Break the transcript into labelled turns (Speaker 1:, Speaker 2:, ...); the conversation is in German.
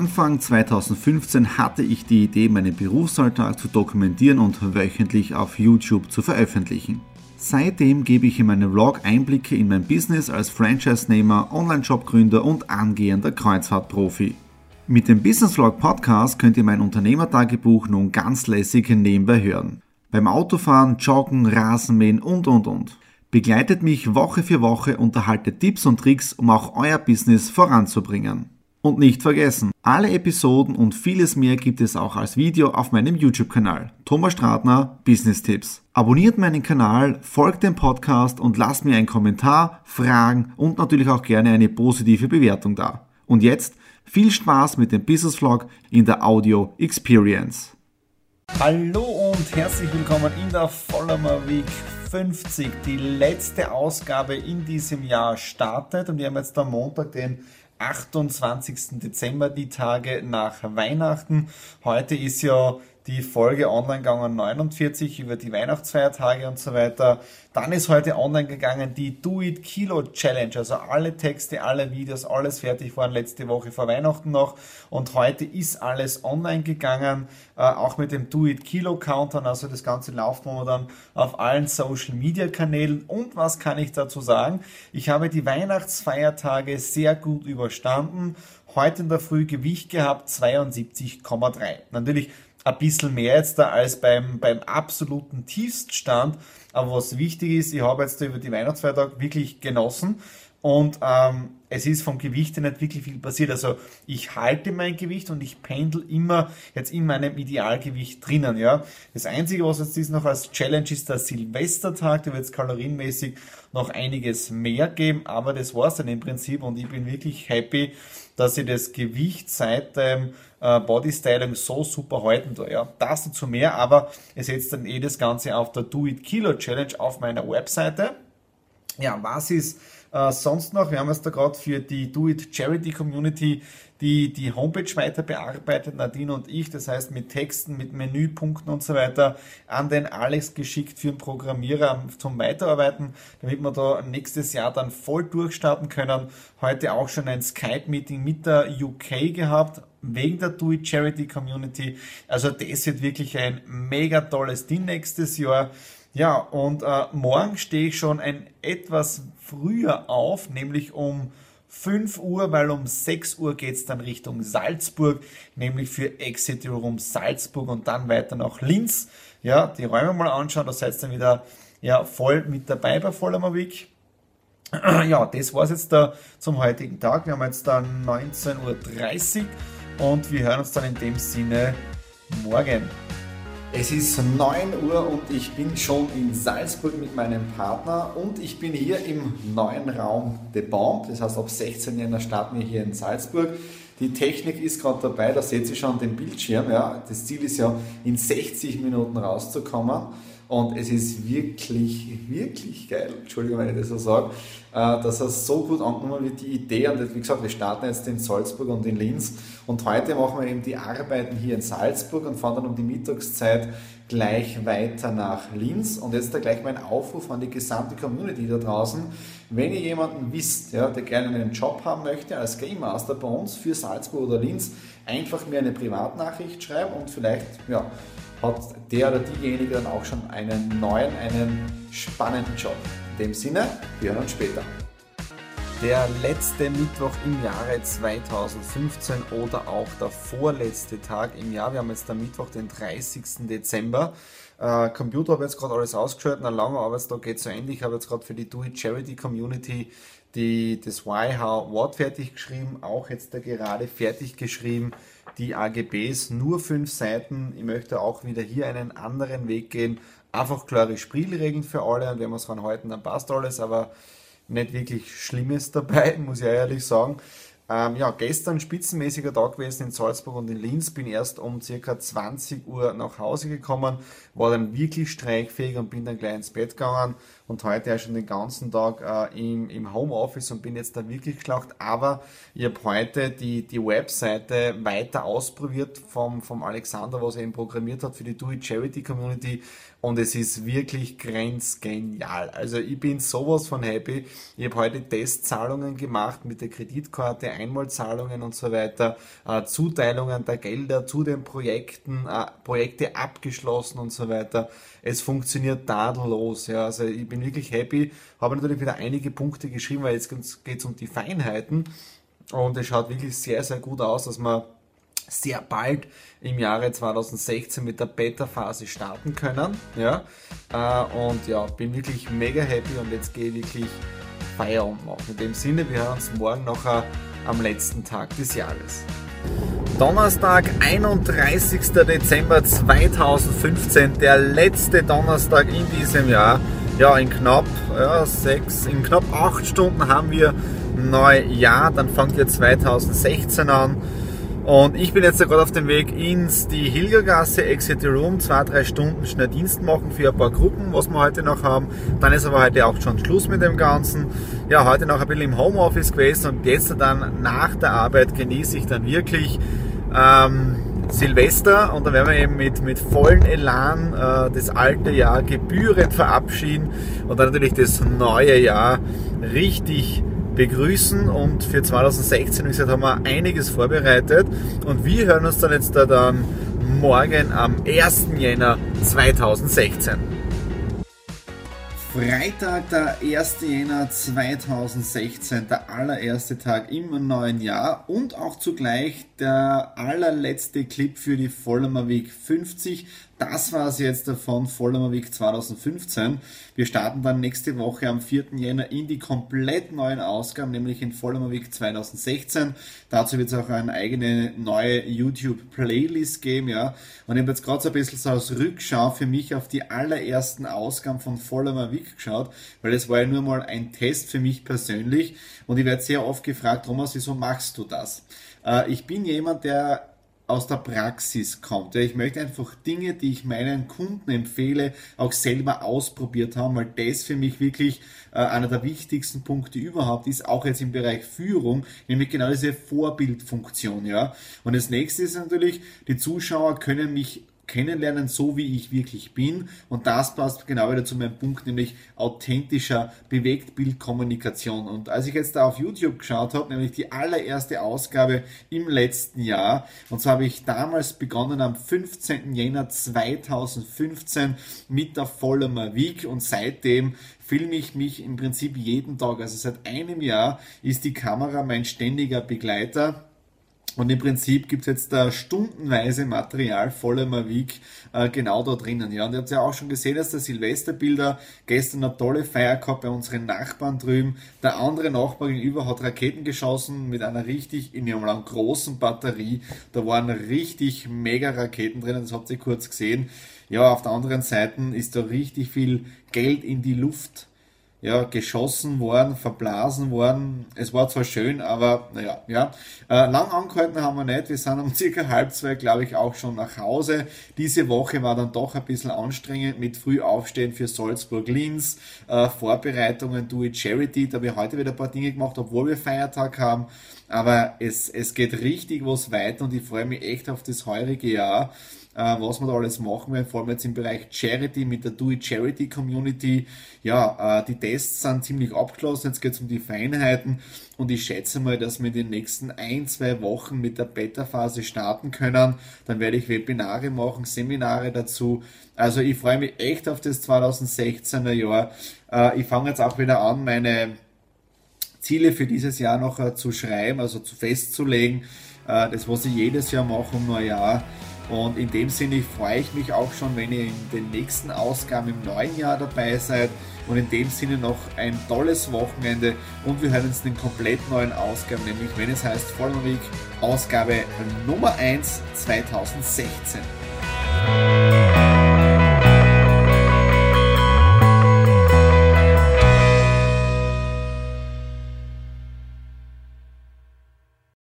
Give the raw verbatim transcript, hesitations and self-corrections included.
Speaker 1: Anfang zweitausendfünfzehn hatte ich die Idee, meinen Berufsalltag zu dokumentieren und wöchentlich auf YouTube zu veröffentlichen. Seitdem gebe ich in meinem Vlog Einblicke in mein Business als Franchise-Nehmer, Online-Shop-Gründer und angehender Kreuzfahrtprofi. Mit dem Business Vlog Podcast könnt ihr mein Unternehmertagebuch nun ganz lässig nebenbei hören. Beim Autofahren, Joggen, Rasenmähen und und und. Begleitet mich Woche für Woche und erhaltet Tipps und Tricks, um auch euer Business voranzubringen. Und nicht vergessen, alle Episoden und vieles mehr gibt es auch als Video auf meinem YouTube-Kanal. Thomas Stratner, Business Tipps. Abonniert meinen Kanal, folgt dem Podcast und lasst mir einen Kommentar, Fragen und natürlich auch gerne eine positive Bewertung da. Und jetzt viel Spaß mit dem Business Vlog in der Audio Experience.
Speaker 2: Hallo und herzlich willkommen in der Vollmer Week fünfzig. Die letzte Ausgabe in diesem Jahr startet und wir haben jetzt am Montag den achtundzwanzigsten Dezember, die Tage nach Weihnachten. Heute ist ja die Folge online gegangen, neunundvierzig, über die Weihnachtsfeiertage und so weiter. Dann ist heute online gegangen die Do It Kilo Challenge, also alle Texte, alle Videos, alles fertig waren letzte Woche vor Weihnachten noch und heute ist alles online gegangen, äh, auch mit dem Do It Kilo Countdown, also das Ganze läuft momentan auf allen Social Media Kanälen. Und was kann ich dazu sagen? Ich habe die Weihnachtsfeiertage sehr gut überstanden, heute in der Früh Gewicht gehabt, zweiundsiebzig Komma drei. Natürlich ein bisschen mehr jetzt da als beim, beim absoluten Tiefststand. Aber was wichtig ist, ich habe jetzt da über die Weihnachtsfeiertage wirklich genossen und ähm, es ist vom Gewicht her nicht wirklich viel passiert. Also ich halte mein Gewicht und ich pendel immer jetzt in meinem Idealgewicht drinnen. Ja. Das Einzige, was jetzt ist noch als Challenge, ist der Silvestertag. Da wird es kalorienmäßig noch einiges mehr geben, aber das war es dann im Prinzip und ich bin wirklich happy, dass ich das Gewicht seit dem äh, Bodystyling so super halten tue. Ja. Das dazu mehr, aber ihr seht dann eh das Ganze auf der Do It Kilo Challenge auf meiner Webseite. Ja, was ist äh, sonst noch? Wir haben jetzt da gerade für die Do It Charity Community die, die Homepage weiter bearbeitet, Nadine und ich, das heißt mit Texten, mit Menüpunkten und so weiter, an den Alex geschickt für einen Programmierer zum Weiterarbeiten, damit wir da nächstes Jahr dann voll durchstarten können. Heute auch schon ein Skype-Meeting mit der U K gehabt, wegen der Do It Charity Community. Also das wird wirklich ein mega tolles Ding nächstes Jahr. Ja, und äh, morgen stehe ich schon ein etwas früher auf, nämlich um fünf Uhr, weil um sechs Uhr geht's dann Richtung Salzburg, nämlich für Exit Room Salzburg und dann weiter nach Linz. Ja, die Räume mal anschauen, da seid ihr dann wieder ja, voll mit dabei bei Vollmer Week. Ja, das war's jetzt da zum heutigen Tag. Wir haben jetzt dann neunzehn Uhr dreißig und wir hören uns dann in dem Sinne morgen. Es ist neun Uhr und ich bin schon in Salzburg mit meinem Partner und ich bin hier im neuen Raum The Bomb. Das heißt, ab sechzehn Jänner starten wir hier in Salzburg. Die Technik ist gerade dabei, da seht ihr schon den Bildschirm. Ja. Das Ziel ist ja, in sechzig Minuten rauszukommen. Und es ist wirklich, wirklich geil, Entschuldigung, wenn ich das so sage, dass es so gut angenommen wird, die Idee. Und wie gesagt, wir starten jetzt in Salzburg und in Linz. Und heute machen wir eben die Arbeiten hier in Salzburg und fahren dann um die Mittagszeit gleich weiter nach Linz. Und jetzt da gleich mein Aufruf an die gesamte Community da draußen. Wenn ihr jemanden wisst, ja, der gerne einen Job haben möchte als Game Master bei uns für Salzburg oder Linz, einfach mir eine Privatnachricht schreiben und vielleicht, ja, hat der oder diejenige dann auch schon einen neuen, einen spannenden Job. In dem Sinne, wir hören uns später. Der letzte Mittwoch im Jahre zweitausendfünfzehn oder auch der vorletzte Tag im Jahr. Wir haben jetzt den Mittwoch, den dreißigsten Dezember. Äh, Computer habe jetzt gerade alles ausgeschaltet, ein langer Arbeitstag geht zu Ende. Ich habe jetzt gerade für die Do It Charity Community die, das Why, How, What fertig geschrieben, auch jetzt da gerade fertig geschrieben. Die A G Bs, nur fünf Seiten. Ich möchte auch wieder hier einen anderen Weg gehen. Einfach klare Spielregeln für alle und wenn wir es dran halten, dann passt alles, aber nicht wirklich Schlimmes dabei, muss ich ehrlich sagen. Ähm, ja, gestern spitzenmäßiger Tag gewesen in Salzburg und in Linz, bin erst um ca. zwanzig Uhr nach Hause gekommen, war dann wirklich streichfähig und bin dann gleich ins Bett gegangen und heute ja schon den ganzen Tag äh, im, im Homeoffice und bin jetzt da wirklich geschlacht, aber ich habe heute die, die Webseite weiter ausprobiert vom, vom Alexander, was er eben programmiert hat für die Do It Charity Community, und es ist wirklich grenzgenial. Also ich bin sowas von happy. Ich habe heute Testzahlungen gemacht mit der Kreditkarte, Einmalzahlungen und so weiter, äh, Zuteilungen der Gelder zu den Projekten, äh, Projekte abgeschlossen und so weiter. Es funktioniert tadellos. Ja. Also ich bin wirklich happy. Habe natürlich wieder einige Punkte geschrieben, weil jetzt geht es um die Feinheiten. Und es schaut wirklich sehr, sehr gut aus, dass man sehr bald im Jahre zweitausendsechzehn mit der Beta-Phase starten können. Ja? Und ja, bin wirklich mega happy und jetzt gehe ich wirklich Feierabend machen. In dem Sinne, wir hören uns morgen noch am letzten Tag des Jahres. Donnerstag, einunddreißigster Dezember zweitausendfünfzehn, der letzte Donnerstag in diesem Jahr. Ja, in knapp ja, sechs, in knapp acht Stunden haben wir Neujahr, dann fängt ja zweitausendsechzehn an. Und ich bin jetzt gerade auf dem Weg ins die Hilgergasse, Exit the Room, zwei, drei Stunden schnell Dienst machen für ein paar Gruppen, was wir heute noch haben. Dann ist aber heute auch schon Schluss mit dem Ganzen. Ja, heute noch ein bisschen im Homeoffice gewesen und jetzt dann nach der Arbeit genieße ich dann wirklich ähm, Silvester, und dann werden wir eben mit, mit vollem Elan äh, das alte Jahr gebührend verabschieden und dann natürlich das neue Jahr richtig begrüßen. Und für zweitausendsechzehn, wie gesagt, haben wir einiges vorbereitet und wir hören uns dann jetzt da dann morgen am ersten Jänner zweitausendsechzehn. Freitag, der erste Jänner zweitausendsechzehn, der allererste Tag im neuen Jahr und auch zugleich der allerletzte Clip für die Vollmer Week fünfzig. Das war es jetzt davon, Vollmer Week zweitausendfünfzehn. Wir starten dann nächste Woche am vierten Jänner in die komplett neuen Ausgaben, nämlich in Vollmer Week zweitausendsechzehn. Dazu wird es auch eine eigene neue YouTube-Playlist geben, ja. Und ich habe jetzt gerade so ein bisschen so als Rückschau für mich auf die allerersten Ausgaben von Vollmer Week geschaut, weil es war ja nur mal ein Test für mich persönlich und ich werde sehr oft gefragt, Thomas, wieso machst du das? Äh, ich bin jemand, der aus der Praxis kommt. Ich möchte einfach Dinge, die ich meinen Kunden empfehle, auch selber ausprobiert haben, weil das für mich wirklich äh, einer der wichtigsten Punkte überhaupt ist, auch jetzt im Bereich Führung, nämlich genau diese Vorbildfunktion. Ja. Und das nächste ist natürlich, die Zuschauer können mich kennenlernen, so wie ich wirklich bin, und das passt genau wieder zu meinem Punkt, nämlich authentischer Bewegtbildkommunikation. Und als ich jetzt da auf YouTube geschaut habe, nämlich die allererste Ausgabe im letzten Jahr, und zwar habe ich damals begonnen am fünfzehnten Jänner zweitausendfünfzehn mit der Vollmer Week und seitdem filme ich mich im Prinzip jeden Tag, also seit einem Jahr ist die Kamera mein ständiger Begleiter. Und im Prinzip gibt es jetzt da stundenweise Material, Vollmer Week, äh, genau da drinnen. Ja, und ihr habt ja auch schon gesehen, dass der Silvesterbilder gestern eine tolle Feier gehabt bei unseren Nachbarn drüben. Der andere Nachbar gegenüber hat Raketen geschossen mit einer richtig, in einer großen Batterie. Da waren richtig mega Raketen drinnen, das habt ihr kurz gesehen. Ja, auf der anderen Seite ist da richtig viel Geld in die Luft ja, geschossen worden, verblasen worden. Es war zwar schön, aber naja, ja. Äh, lang angehalten haben wir nicht. Wir sind um circa halb zwei, glaube ich, auch schon nach Hause. Diese Woche war dann doch ein bisschen anstrengend mit früh aufstehen für Salzburg-Linz, äh, Vorbereitungen, Do It Charity. Da habe ich heute wieder ein paar Dinge gemacht, obwohl wir Feiertag haben. Aber es, es geht richtig was weiter und ich freue mich echt auf das heurige Jahr, was wir da alles machen werden, vor allem jetzt im Bereich Charity mit der Do It Charity Community. Ja, die Tests sind ziemlich abgeschlossen, jetzt geht es um die Feinheiten und ich schätze mal, dass wir in den nächsten ein, zwei Wochen mit der Beta-Phase starten können. Dann werde ich Webinare machen, Seminare dazu. Also ich freue mich echt auf das zweitausendsechzehner Jahr. Ich fange jetzt auch wieder an, meine Ziele für dieses Jahr noch zu schreiben, also zu festzulegen. Das, was ich jedes Jahr mache um Neujahr. Und in dem Sinne freue ich mich auch schon, wenn ihr in den nächsten Ausgaben im neuen Jahr dabei seid. Und in dem Sinne noch ein tolles Wochenende. Und wir hören uns in den komplett neuen Ausgaben, nämlich wenn es heißt Vollmer Week, Ausgabe Nummer eins zweitausendsechzehn.